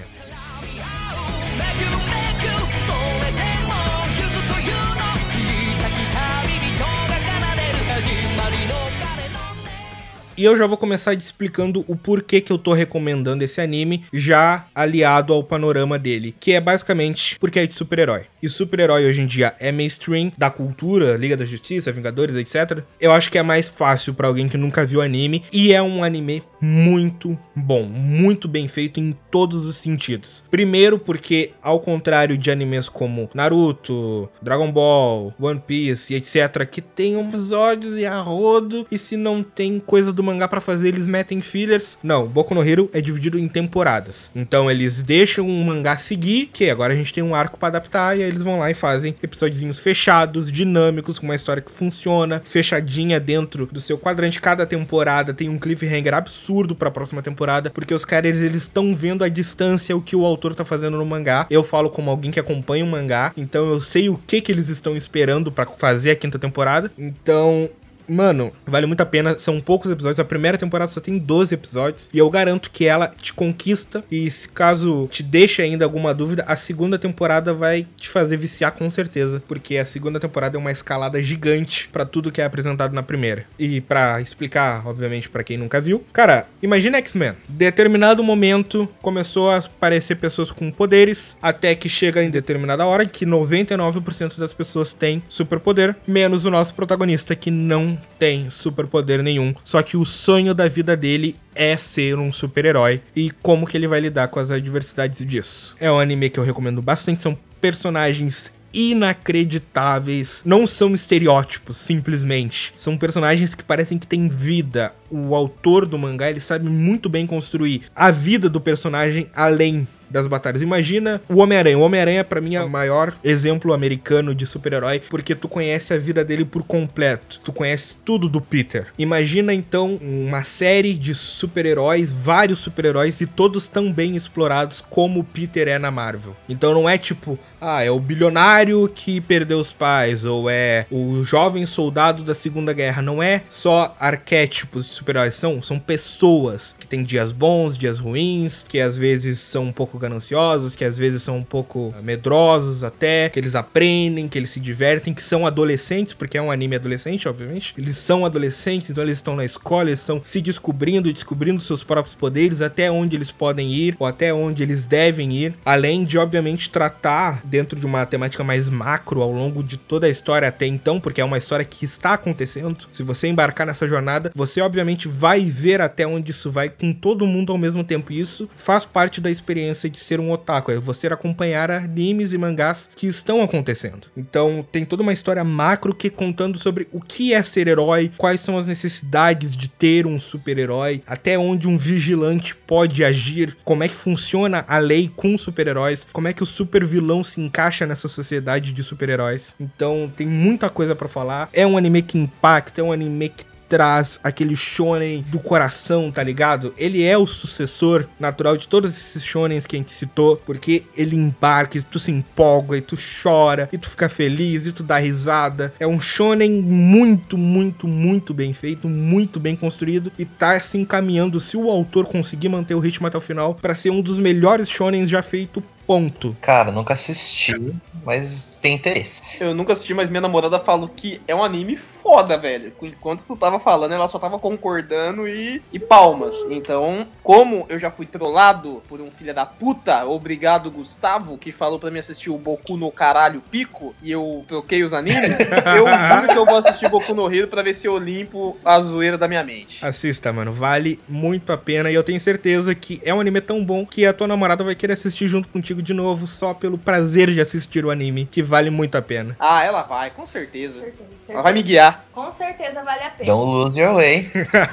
E eu já vou começar explicando o porquê que eu tô recomendando esse anime, já aliado ao panorama dele, que é basicamente porque é de super-herói. E super-herói hoje em dia é mainstream da cultura, Liga da Justiça, Vingadores, etcétera. Eu acho que é mais fácil pra alguém que nunca viu anime, e é um anime muito bom, muito bem feito em todos os sentidos. Primeiro porque, ao contrário de animes como Naruto, Dragon Ball, One Piece e etcétera, que tem episódios e a rodo, e se não tem coisa do mangá pra fazer, eles metem fillers. Não, Boku no Hero é dividido em temporadas. Então eles deixam o mangá seguir, que agora a gente tem um arco pra adaptar, e aí eles vão lá e fazem episódiozinhos fechados, dinâmicos, com uma história que funciona, fechadinha dentro do seu quadrante. Cada temporada tem um cliffhanger absurdo pra próxima temporada, porque os caras, eles estão vendo a distância o que o autor tá fazendo no mangá. Eu falo como alguém que acompanha o mangá, então eu sei o que que eles estão esperando pra fazer a quinta temporada. Então, mano, vale muito a pena. São poucos episódios. A primeira temporada só tem doze episódios. E eu garanto que ela te conquista. E se caso te deixe ainda alguma dúvida, a segunda temporada vai te fazer viciar com certeza. Porque a segunda temporada é uma escalada gigante pra tudo que é apresentado na primeira. E pra explicar, obviamente, pra quem nunca viu. Cara, imagina X-Men. Determinado momento, começou a aparecer pessoas com poderes. Até que chega em determinada hora que noventa e nove por cento das pessoas têm superpoder. Menos o nosso protagonista, que não tem superpoder nenhum, só que o sonho da vida dele é ser um super-herói, e como que ele vai lidar com as adversidades disso. É um anime que eu recomendo bastante, são personagens inacreditáveis, não são estereótipos, simplesmente. São personagens que parecem que têm vida. O autor do mangá, ele sabe muito bem construir a vida do personagem além das batalhas. Imagina o Homem-Aranha. O Homem-Aranha, pra mim, é o maior exemplo americano de super-herói, porque tu conhece a vida dele por completo. Tu conhece tudo do Peter. Imagina, então, uma série de super-heróis, vários super-heróis, e todos tão bem explorados como o Peter é na Marvel. Então não é tipo, ah, é o bilionário que perdeu os pais, ou é o jovem soldado da Segunda Guerra. Não é só arquétipos de super-heróis, são, são pessoas que têm dias bons, dias ruins, que às vezes são um pouco gananciosos, que às vezes são um pouco medrosos até, que eles aprendem, que eles se divertem, que são adolescentes, porque é um anime adolescente, obviamente. Eles são adolescentes, então eles estão na escola, eles estão se descobrindo e descobrindo seus próprios poderes, até onde eles podem ir, ou até onde eles devem ir, além de, obviamente, tratar dentro de uma temática mais macro ao longo de toda a história até então, porque é uma história que está acontecendo. Se você embarcar nessa jornada, você obviamente vai ver até onde isso vai com todo mundo ao mesmo tempo, e isso faz parte da experiência de ser um otaku, é você acompanhar animes e mangás que estão acontecendo. Então tem toda uma história macro que contando sobre o que é ser herói, quais são as necessidades de ter um super-herói, até onde um vigilante pode agir, como é que funciona a lei com super-heróis, como é que o super-vilão se encaixa nessa sociedade de super-heróis. Então tem muita coisa pra falar. É um anime que impacta, é um anime que traz aquele shonen do coração, tá ligado? Ele é o sucessor natural de todos esses shonens que a gente citou, porque ele embarca, e tu se empolga, e tu chora, e tu fica feliz, e tu dá risada. É um shonen muito, muito, muito bem feito, muito bem construído, e tá se encaminhando, se o autor conseguir manter o ritmo até o final, pra ser um dos melhores shonens já feito. Ponto. Cara, nunca assisti, mas tem interesse. Eu nunca assisti, mas minha namorada falou que é um anime foda, velho. Enquanto tu tava falando, ela só tava concordando e, e palmas. Então, como eu já fui trollado por um filho da puta, obrigado Gustavo, que falou pra mim assistir o Boku no Caralho Pico, e eu troquei os animes, eu juro que eu vou assistir Boku no Hero pra ver se eu limpo a zoeira da minha mente. Assista, mano. Vale muito a pena, e eu tenho certeza que é um anime tão bom que a tua namorada vai querer assistir junto contigo de novo, só pelo prazer de assistir o anime, que vale muito a pena. Ah, ela vai, com certeza. certeza, certeza. Ela vai me guiar. Com certeza vale a pena. Don't lose your way.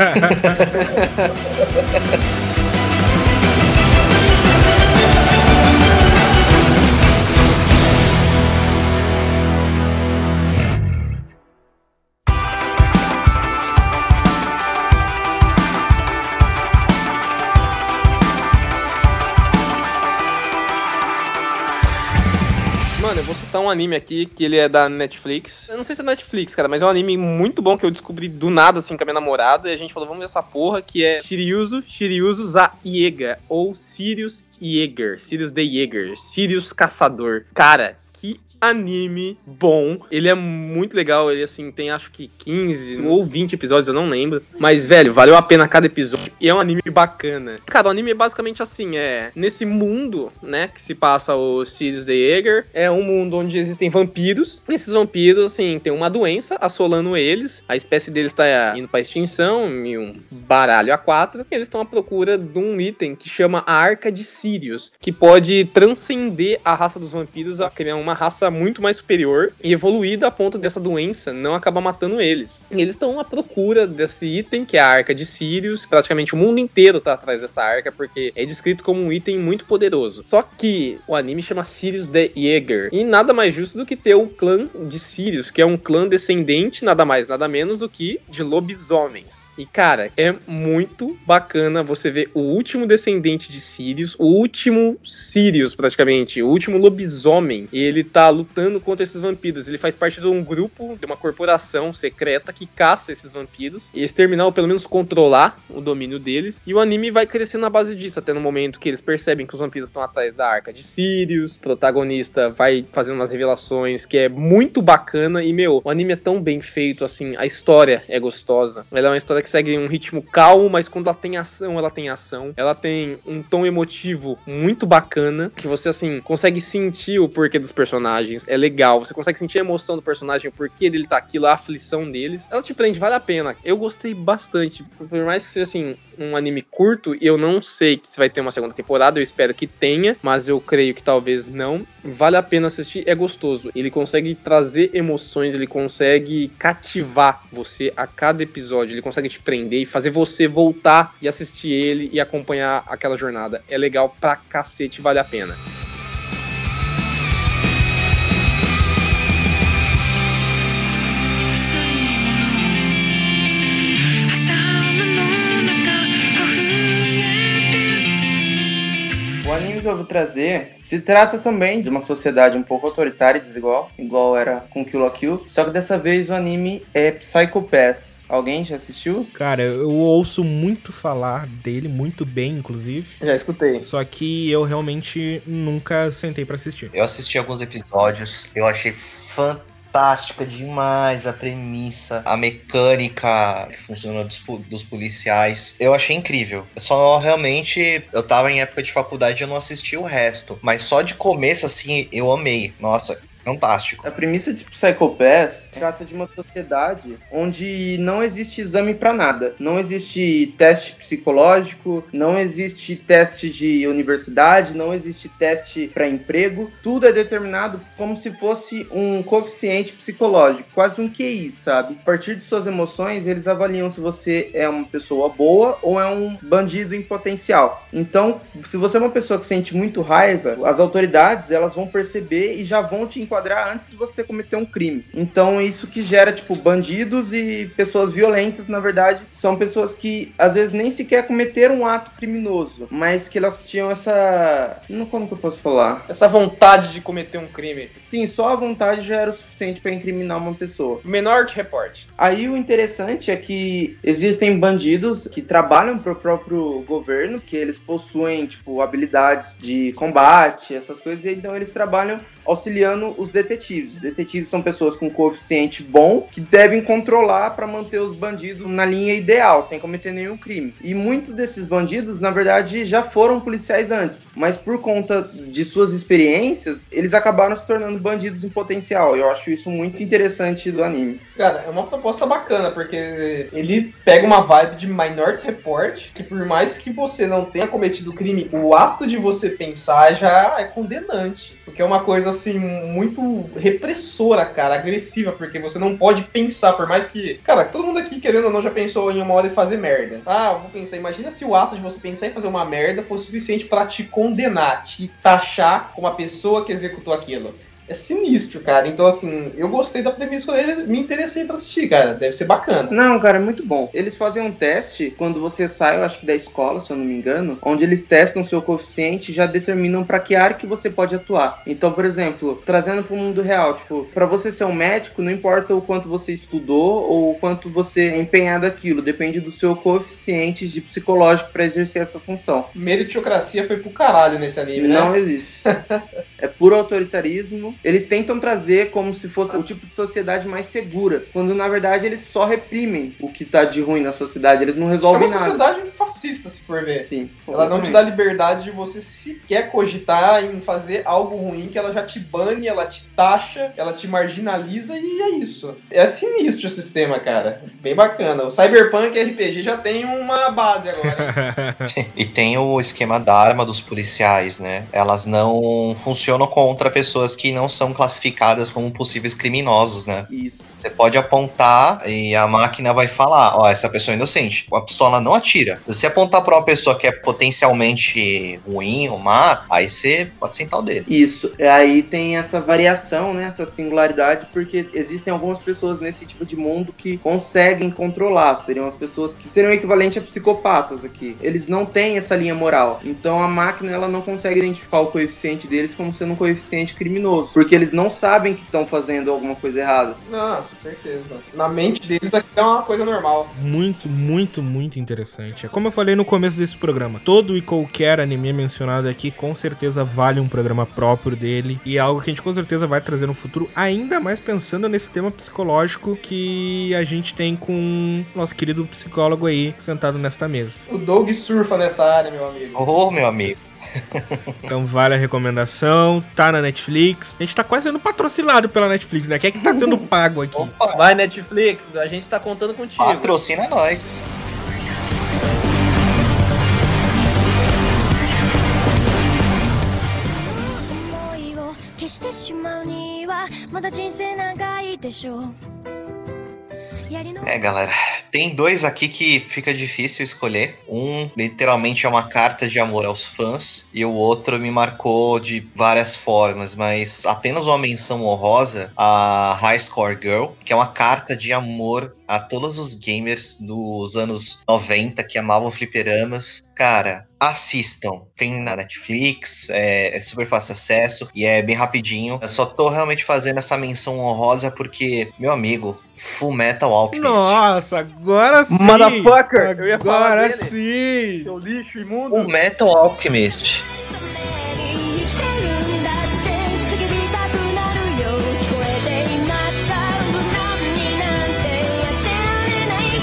Mano, eu vou citar um anime aqui que ele é da Netflix. Eu não sei se é Netflix, cara, mas é um anime muito bom que eu descobri do nada, assim, com a minha namorada. E a gente falou, vamos ver essa porra, que é Shiryuzu, Shiryuzu za Jäger, ou Sirius Jäger, Sirius the Jäger, Sirius Caçador. Cara, que anime bom. Ele é muito legal. Ele, assim, tem acho que quinze ou vinte episódios, eu não lembro. Mas, velho, valeu a pena cada episódio. E é um anime bacana. Cara, o anime é basicamente assim, é... Nesse mundo, né, que se passa o Sirius the Jäger, é um mundo onde existem vampiros. E esses vampiros, assim, tem uma doença assolando eles. A espécie deles tá indo pra extinção, em um baralho a quatro. E eles estão à procura de um item que chama a Arca de Sirius, que pode transcender a raça dos vampiros a criar uma raça muito mais superior e evoluída a ponto dessa doença não acabar matando eles. E eles estão à procura desse item, que é a Arca de Sirius. Praticamente o mundo inteiro tá atrás dessa arca, porque é descrito como um item muito poderoso. Só que o anime chama Sirius the Jäger, e nada mais justo do que ter o clã de Sirius, que é um clã descendente, nada mais, nada menos do que de lobisomens. E, cara, é muito bacana você ver o último descendente de Sirius, o último Sirius, praticamente, o último lobisomem, e ele tá lutando contra esses vampiros. Ele faz parte de um grupo, de uma corporação secreta que caça esses vampiros e exterminar ou pelo menos controlar o domínio deles. E o anime vai crescendo na base disso, até no momento que eles percebem que os vampiros estão atrás da Arca de Sirius. O protagonista vai fazendo umas revelações que é muito bacana. E, meu, o anime é tão bem feito, assim, a história é gostosa. Ela é uma história que segue um ritmo calmo, mas quando ela tem ação, ela tem ação. Ela tem um tom emotivo muito bacana, que você, assim, consegue sentir o porquê dos personagens. personagens, é legal, você consegue sentir a emoção do personagem, o porquê dele tá aquilo, a aflição deles. Ela te prende, vale a pena. Eu gostei bastante, por mais que seja assim, um anime curto, e eu não sei se vai ter uma segunda temporada, eu espero que tenha, mas eu creio que talvez não. Vale a pena assistir, é gostoso. Ele consegue trazer emoções, ele consegue cativar você a cada episódio, ele consegue te prender e fazer você voltar e assistir ele e acompanhar aquela jornada. É legal pra cacete, vale a pena. O anime que eu vou trazer se trata também de uma sociedade um pouco autoritária e desigual, igual era com Kill la Kill, só que dessa vez o anime é Psycho Pass. Alguém já assistiu? Cara, eu ouço muito falar dele, muito bem, inclusive. Já escutei. Só que eu realmente nunca sentei pra assistir. Eu assisti alguns episódios, eu achei fantástico. Fantástica demais a premissa, a mecânica que funciona dos, dos policiais. Eu achei incrível. Só realmente, eu tava em época de faculdade e eu não assisti o resto. Mas só de começo, assim, eu amei. Nossa, fantástico. A premissa de Psycho Pass trata de uma sociedade onde não existe exame pra nada. Não existe teste psicológico, não existe teste de universidade, não existe teste pra emprego. Tudo é determinado como se fosse um coeficiente psicológico, quase um Q I, sabe? A partir de suas emoções, eles avaliam se você é uma pessoa boa ou é um bandido em potencial. Então, se você é uma pessoa que sente muito raiva, as autoridades, elas vão perceber e já vão te enquadrar antes de você cometer um crime. Então isso que gera, tipo, bandidos e pessoas violentas, na verdade, são pessoas que às vezes nem sequer cometeram um ato criminoso, mas que elas tinham essa... Não, como que eu posso falar? Essa vontade de cometer um crime. Sim, só a vontade já era o suficiente para incriminar uma pessoa. Minority Report. Aí o interessante é que existem bandidos que trabalham pro próprio governo, que eles possuem, tipo, habilidades de combate, essas coisas, e então eles trabalham auxiliando os detetives. Detetives são pessoas com coeficiente bom que devem controlar para manter os bandidos na linha ideal, sem cometer nenhum crime. E muitos desses bandidos, na verdade, já foram policiais antes, mas por conta de suas experiências, eles acabaram se tornando bandidos em potencial. Eu acho isso muito interessante do anime. Cara, é uma proposta bacana, porque ele pega uma vibe de Minority Report, que por mais que você não tenha cometido crime, o ato de você pensar já é condenante. Porque é uma coisa, assim, muito repressora, cara, agressiva, porque você não pode pensar, por mais que... Cara, todo mundo aqui, querendo ou não, já pensou em uma hora de fazer merda. Ah, eu vou pensar, imagina se o ato de você pensar em fazer uma merda fosse suficiente pra te condenar, te taxar como a pessoa que executou aquilo. É sinistro, cara. Então, assim, eu gostei da premissa dele, me interessei pra assistir, cara. Deve ser bacana. Não, cara, é muito bom. Eles fazem um teste quando você sai, eu acho que da escola, se eu não me engano, onde eles testam o seu coeficiente e já determinam pra que área que você pode atuar. Então, por exemplo, trazendo pro mundo real, tipo, pra você ser um médico, não importa o quanto você estudou ou o quanto você é empenhado aquilo, depende do seu coeficiente de psicológico pra exercer essa função. Meritocracia foi pro caralho nesse anime, né? Não existe. É puro autoritarismo. Eles tentam trazer como se fosse o tipo de sociedade mais segura, quando na verdade eles só reprimem o que tá de ruim na sociedade, eles não resolvem nada. É uma sociedade fascista, se for ver. Sim. Ela não te dá liberdade de você sequer cogitar em fazer algo ruim, que ela já te bane, ela te taxa, ela te marginaliza e é isso. É sinistro o sistema, cara. Bem bacana. O Cyberpunk R P G já tem uma base agora. E tem o esquema da arma dos policiais, né? Elas não funcionam contra pessoas que não são classificadas como possíveis criminosos, né? Isso. Você pode apontar e a máquina vai falar, ó, essa pessoa é inocente. A pistola não atira. Se você apontar pra uma pessoa que é potencialmente ruim ou má, aí você pode sentar o dedo. Isso. Aí tem essa variação, né? Essa singularidade, porque existem algumas pessoas nesse tipo de mundo que conseguem controlar. Seriam as pessoas que seriam equivalentes a psicopatas aqui. Eles não têm essa linha moral. Então a máquina, ela não consegue identificar o coeficiente deles como sendo um coeficiente criminoso. Porque eles não sabem que estão fazendo alguma coisa errada. Não, com certeza. Na mente deles aqui é uma coisa normal. Muito, muito, muito interessante. Como eu falei no começo desse programa, todo e qualquer anime mencionado aqui com certeza vale um programa próprio dele. E é algo que a gente com certeza vai trazer no futuro, ainda mais pensando nesse tema psicológico que a gente tem com o nosso querido psicólogo aí sentado nesta mesa. O Doug surfa nessa área, meu amigo. Ô, meu amigo. Então vale a recomendação, tá na Netflix. A gente tá quase sendo patrocinado pela Netflix, né? Quem é que tá sendo pago aqui? Opa, Vai, Netflix, a gente tá contando contigo. patrocina nós. 思いを消してしまうにはまだ人生長いでしょう É, galera, tem dois aqui que fica difícil escolher. Um, literalmente, é uma carta de amor aos fãs. E o outro me marcou de várias formas. Mas apenas uma menção honrosa a High Score Girl, que é uma carta de amor a todos os gamers dos anos noventa que amavam fliperamas. Cara, assistam. Tem na Netflix, é, é super fácil acesso e é bem rapidinho. Eu só tô realmente fazendo essa menção honrosa porque, meu amigo, Full Metal Alchemist. Nossa, agora sim! Motherfucker! Eu ia falar Agora dele. sim! Seu lixo imundo. Full Metal Alchemist. 生きてるんだって叫びたくなるよ聞こえていますか無難になんてやってられない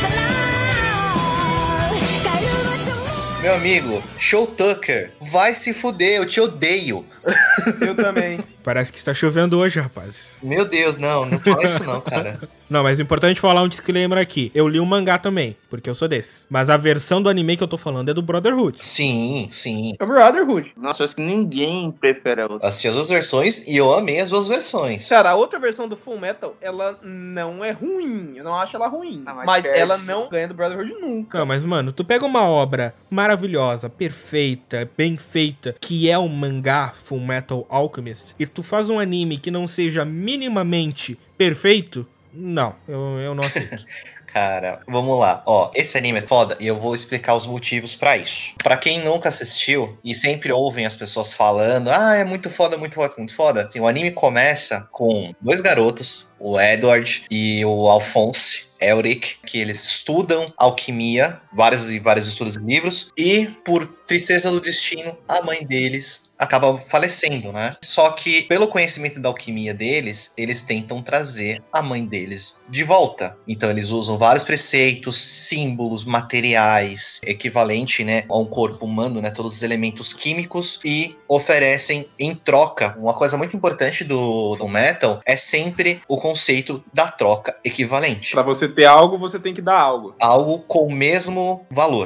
から帰る場所も Meu amigo, Show Tucker, vai se fuder, eu te odeio. Eu também. Parece que está chovendo hoje, rapazes. Meu Deus, não, não fala isso não, cara. Não, mas o importante é falar um disclaimer aqui. Eu li o mangá também, porque eu sou desse. Mas a versão do anime que eu tô falando é do Brotherhood. Sim, sim. É Brotherhood. Nossa, acho que ninguém prefere a outra. Assisti as duas versões e eu amei as duas versões. Cara, a outra versão do Full Metal, ela não é ruim. Eu não acho ela ruim. Ah, mas mas perde. ela não ganha do Brotherhood nunca. Não, mas mano, tu pega uma obra maravilhosa, perfeita, bem feita, que é o mangá Full Metal Alchemist, e tu faz um anime que não seja minimamente perfeito, não, eu, eu não aceito. Cara, vamos lá. Ó, esse anime é foda e eu vou explicar os motivos pra isso. Pra quem nunca assistiu e sempre ouvem as pessoas falando, ah, é muito foda, muito foda, muito foda. Assim, o anime começa com dois garotos, o Edward e o Alphonse Elric, que eles estudam alquimia, vários e vários estudos e livros, e por tristeza do destino, a mãe deles acaba falecendo, né? Só que, pelo conhecimento da alquimia deles, eles tentam trazer a mãe deles de volta. Então, eles usam vários preceitos, símbolos, materiais, equivalente, né, a um corpo humano, né? Todos os elementos químicos, e oferecem em troca. Uma coisa muito importante do, do metal é sempre o conceito da troca equivalente. Pra você ter algo, você tem que dar algo. Algo com o mesmo valor.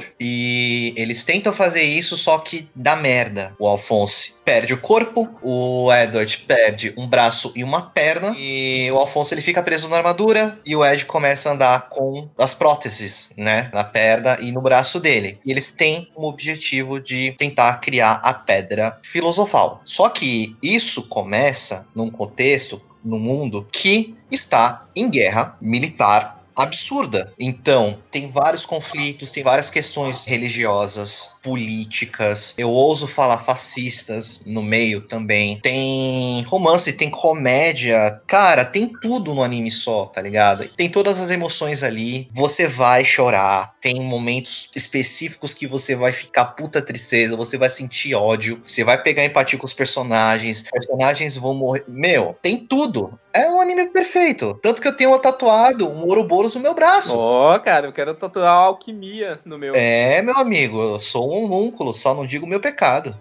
E eles tentam fazer isso, só que dá merda. O Alphonse perde o corpo, o Edward perde um braço e uma perna, e o Alphonse ele fica preso na armadura, e o Ed começa a andar com as próteses, né, na perna e no braço dele. E eles têm o objetivo de tentar criar a pedra filosofal. Só que isso começa num contexto, num mundo que está em guerra militar absurda. Então, tem vários conflitos, tem várias questões religiosas, políticas, eu ouso falar fascistas no meio também. Tem romance, tem comédia. Cara, tem tudo no anime só, tá ligado? Tem todas as emoções ali. Você vai chorar. Tem momentos específicos que você vai ficar puta tristeza, você vai sentir ódio, você vai pegar empatia com os personagens, os personagens vão morrer. Meu, tem tudo. É um anime perfeito. Tanto que eu tenho tatuado um Ouroboros no meu braço. Ó, oh, cara, eu quero tatuar a alquimia no meu. É, meu amigo, eu sou um homúnculo, só não digo o meu pecado.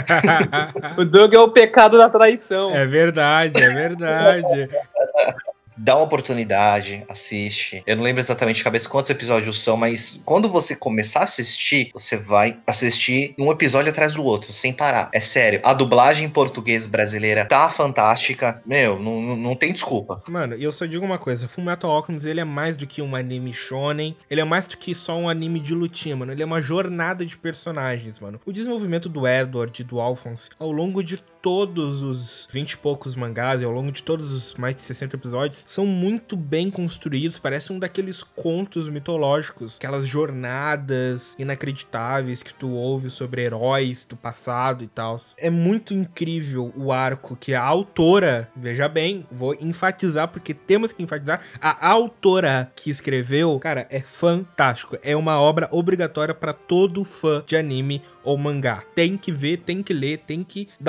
O Doug é o pecado da traição. É verdade, é verdade. Dá uma oportunidade, assiste. Eu não lembro exatamente de cabeça quantos episódios são, mas quando você começar a assistir, você vai assistir um episódio atrás do outro, sem parar. É sério, a dublagem em português brasileira tá fantástica. Meu, não, não, não tem desculpa. Mano, e eu só digo uma coisa, Fullmetal Alchemist, ele é mais do que um anime shonen, ele é mais do que só um anime de lutinha, mano. Ele é uma jornada de personagens, mano. O desenvolvimento do Edward e do Alphonse, ao longo de todos os vinte e poucos mangás e ao longo de todos os mais de sessenta episódios, são muito bem construídos, parece um daqueles contos mitológicos, aquelas jornadas inacreditáveis que tu ouve sobre heróis do passado e tal. É muito incrível o arco que a autora, veja bem, vou enfatizar porque temos que enfatizar, a autora que escreveu, cara, é fantástico, é uma obra obrigatória para todo fã de anime ou mangá. Tem que ver, tem que ler, tem que dar um jeito de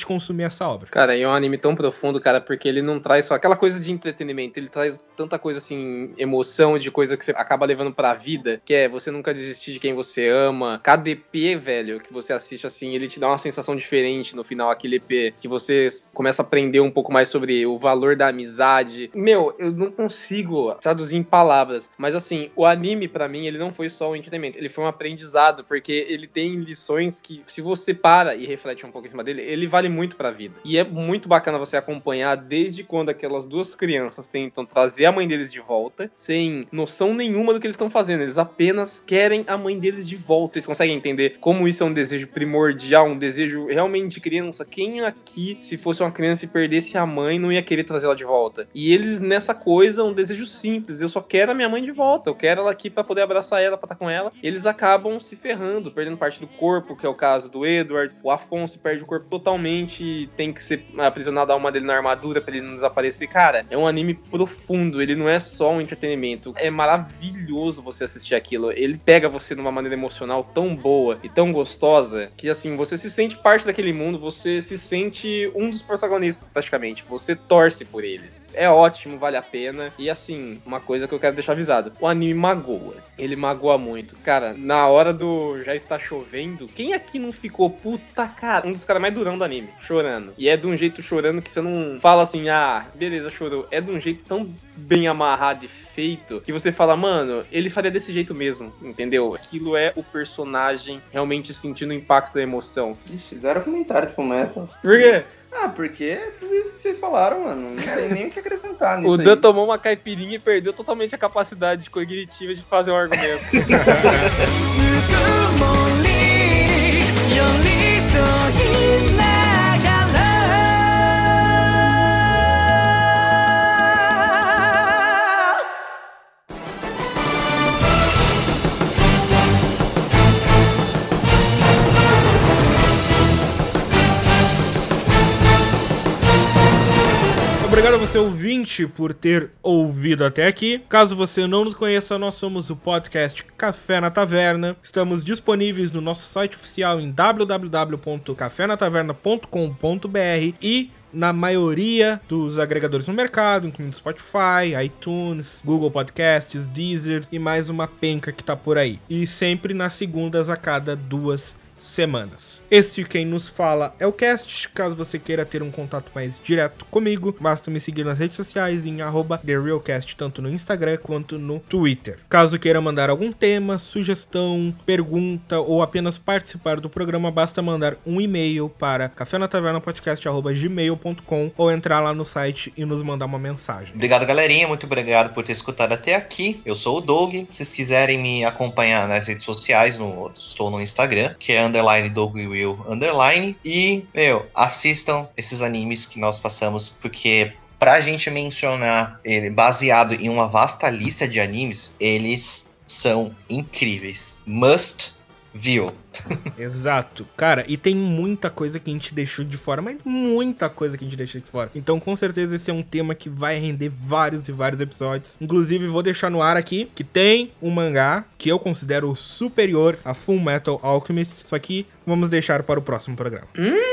consumir essa obra. Cara, e é um anime tão profundo, cara, porque ele não traz só aquela coisa de entretenimento, ele traz tanta coisa assim, emoção, de coisa que você acaba levando pra vida, que é você nunca desistir de quem você ama. Cada E P, velho, que você assiste assim, ele te dá uma sensação diferente no final, aquele E P, que você começa a aprender um pouco mais sobre o valor da amizade. Meu, eu não consigo traduzir em palavras, mas assim, o anime pra mim, ele não foi só um entretenimento, ele foi um aprendizado, porque ele tem lições que, se você para e reflete um pouco em cima dele, ele vale muito pra vida. E é muito bacana você acompanhar desde quando aquelas duas crianças tentam trazer a mãe deles de volta, sem noção nenhuma do que eles estão fazendo, eles apenas querem a mãe deles de volta. Eles conseguem entender como isso é um desejo primordial, um desejo realmente de criança. Quem aqui, se fosse uma criança e perdesse a mãe, não ia querer trazer ela de volta? E eles, nessa coisa, um desejo simples, eu só quero a minha mãe de volta, eu quero ela aqui pra poder abraçar ela, pra estar com ela. Eles acabam se ferrando, perdendo parte do corpo, que é o caso do Edward. O Afonso perde o corpo totalmente e tem que ser aprisionado a alma dele na armadura pra ele não desaparecer. Cara, é um anime profundo, ele não é só um entretenimento. É maravilhoso você assistir aquilo. Ele pega você de uma maneira emocional tão boa e tão gostosa que, assim, você se sente parte daquele mundo, você se sente um dos protagonistas, praticamente. Você torce por eles. É ótimo, vale a pena. E, assim, uma coisa que eu quero deixar avisado. O anime magoa. Ele magoa muito. Cara, na hora do já está chovendo, quem aqui não ficou, puta cara, um dos caras mais durão do anime, chorando. E é de um jeito chorando que você não fala assim, ah, beleza, chorou. É de um jeito tão bem amarrado e feito que você fala, mano, ele faria desse jeito mesmo, entendeu? Aquilo é o personagem realmente sentindo o impacto da emoção. Ixi, zero comentário de Fullmetal. Por quê? Ah, porque é tudo isso que vocês falaram, mano. Não tem nem o que acrescentar nisso O aí. Dan tomou uma caipirinha e perdeu totalmente a capacidade cognitiva de fazer um argumento. Obrigado a você, ouvinte, por ter ouvido até aqui. Caso você não nos conheça, nós somos o podcast Café na Taverna. Estamos disponíveis no nosso site oficial em w w w ponto café na taverna ponto com ponto b r e na maioria dos agregadores no mercado, incluindo Spotify, iTunes, Google Podcasts, Deezer e mais uma penca que tá por aí. E sempre nas segundas a cada duas semanas. Este quem nos fala é o Cast. Caso você queira ter um contato mais direto comigo, basta me seguir nas redes sociais em arroba TheRealCast, tanto no Instagram quanto no Twitter. Caso queira mandar algum tema, sugestão, pergunta ou apenas participar do programa, basta mandar um e-mail para café na taverna podcast arroba gmail ponto com ou entrar lá no site e nos mandar uma mensagem. Obrigado, galerinha. Muito obrigado por ter escutado até aqui. Eu sou o Doug. Se vocês quiserem me acompanhar nas redes sociais, no, estou no Instagram, que é underline Doug Will underline. E, meu, assistam esses animes que nós passamos, porque pra gente mencionar ele baseado em uma vasta lista de animes, eles são incríveis. Must view. Exato. Cara, e tem muita coisa que a gente deixou de fora, mas muita coisa que a gente deixou de fora. Então, com certeza, esse é um tema que vai render vários e vários episódios. Inclusive, vou deixar no ar aqui que tem um mangá que eu considero superior a Fullmetal Alchemist, só que vamos deixar para o próximo programa.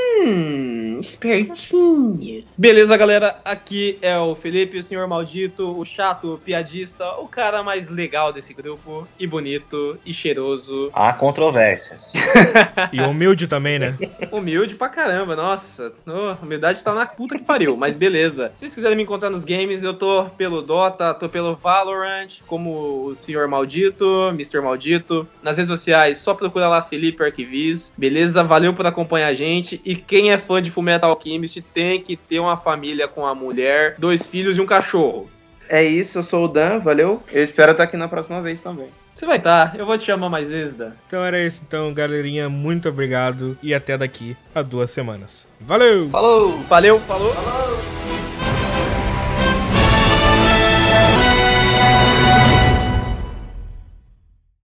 Hum, espertinho. Beleza, galera, aqui é o Felipe, o senhor maldito, o chato, o piadista, o cara mais legal desse grupo, e bonito, e cheiroso. Há controvérsias. E humilde também, né? Humilde pra caramba, nossa. Oh, a humildade tá na puta que pariu, mas beleza. Se vocês quiserem me encontrar nos games, eu tô pelo Dota, tô pelo Valorant, como o senhor maldito, mister Maldito. Nas redes sociais, só procura lá Felipe Arquivis. Beleza? Valeu por acompanhar a gente. E quem é fã de Fullmetal Alchemist tem que ter uma família com a mulher, dois filhos e um cachorro. É isso, eu sou o Dan, valeu? Eu espero estar aqui na próxima vez também. Você vai estar, eu vou te chamar mais vezes, Dan. Então era isso, então, galerinha. Muito obrigado e até daqui a duas semanas. Valeu! Falou! Valeu, falou! Falou!